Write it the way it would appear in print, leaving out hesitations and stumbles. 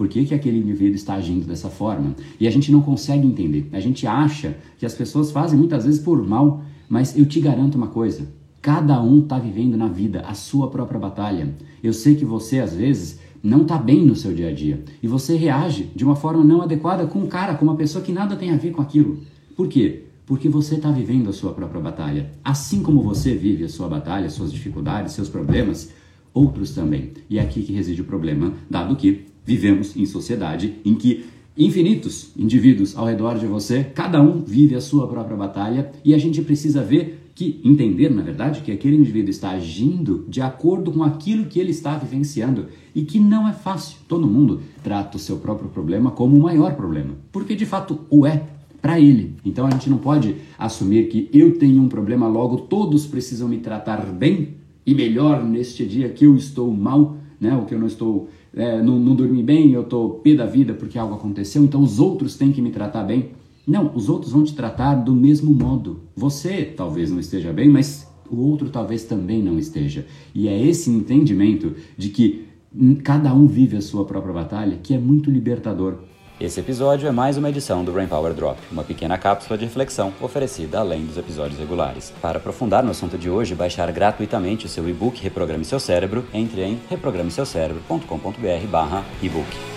por que que aquele indivíduo está agindo dessa forma. E a gente não consegue entender. A gente acha que as pessoas fazem muitas vezes por mal, mas eu te garanto uma coisa. Cada um está vivendo na vida a sua própria batalha. Eu sei que você, às vezes, não está bem no seu dia a dia. E você reage de uma forma não adequada com um cara, com uma pessoa que nada tem a ver com aquilo. Por quê? Porque você está vivendo a sua própria batalha. Assim como você vive a sua batalha, suas dificuldades, seus problemas, outros também. E é aqui que reside o problema, dado que vivemos em sociedade em que infinitos indivíduos ao redor de você, cada um vive a sua própria batalha e a gente precisa entender, na verdade, que aquele indivíduo está agindo de acordo com aquilo que ele está vivenciando e que não é fácil. Todo mundo trata o seu próprio problema como o maior problema, porque de fato o é para ele. Então a gente não pode assumir que eu tenho um problema, logo todos precisam me tratar bem e melhor neste dia que eu estou mal, né? Ou que eu não estou, não dormi bem, eu estou pé da vida porque algo aconteceu, então os outros têm que me tratar bem. Não, os outros vão te tratar do mesmo modo. Você talvez não esteja bem, mas o outro talvez também não esteja. E é esse entendimento de que cada um vive a sua própria batalha que é muito libertador. Esse episódio é mais uma edição do Brain Power Drop, uma pequena cápsula de reflexão oferecida além dos episódios regulares. Para aprofundar no assunto de hoje e baixar gratuitamente o seu e-book Reprograme Seu Cérebro, entre em reprogrameseucerebro.com.br/ebook.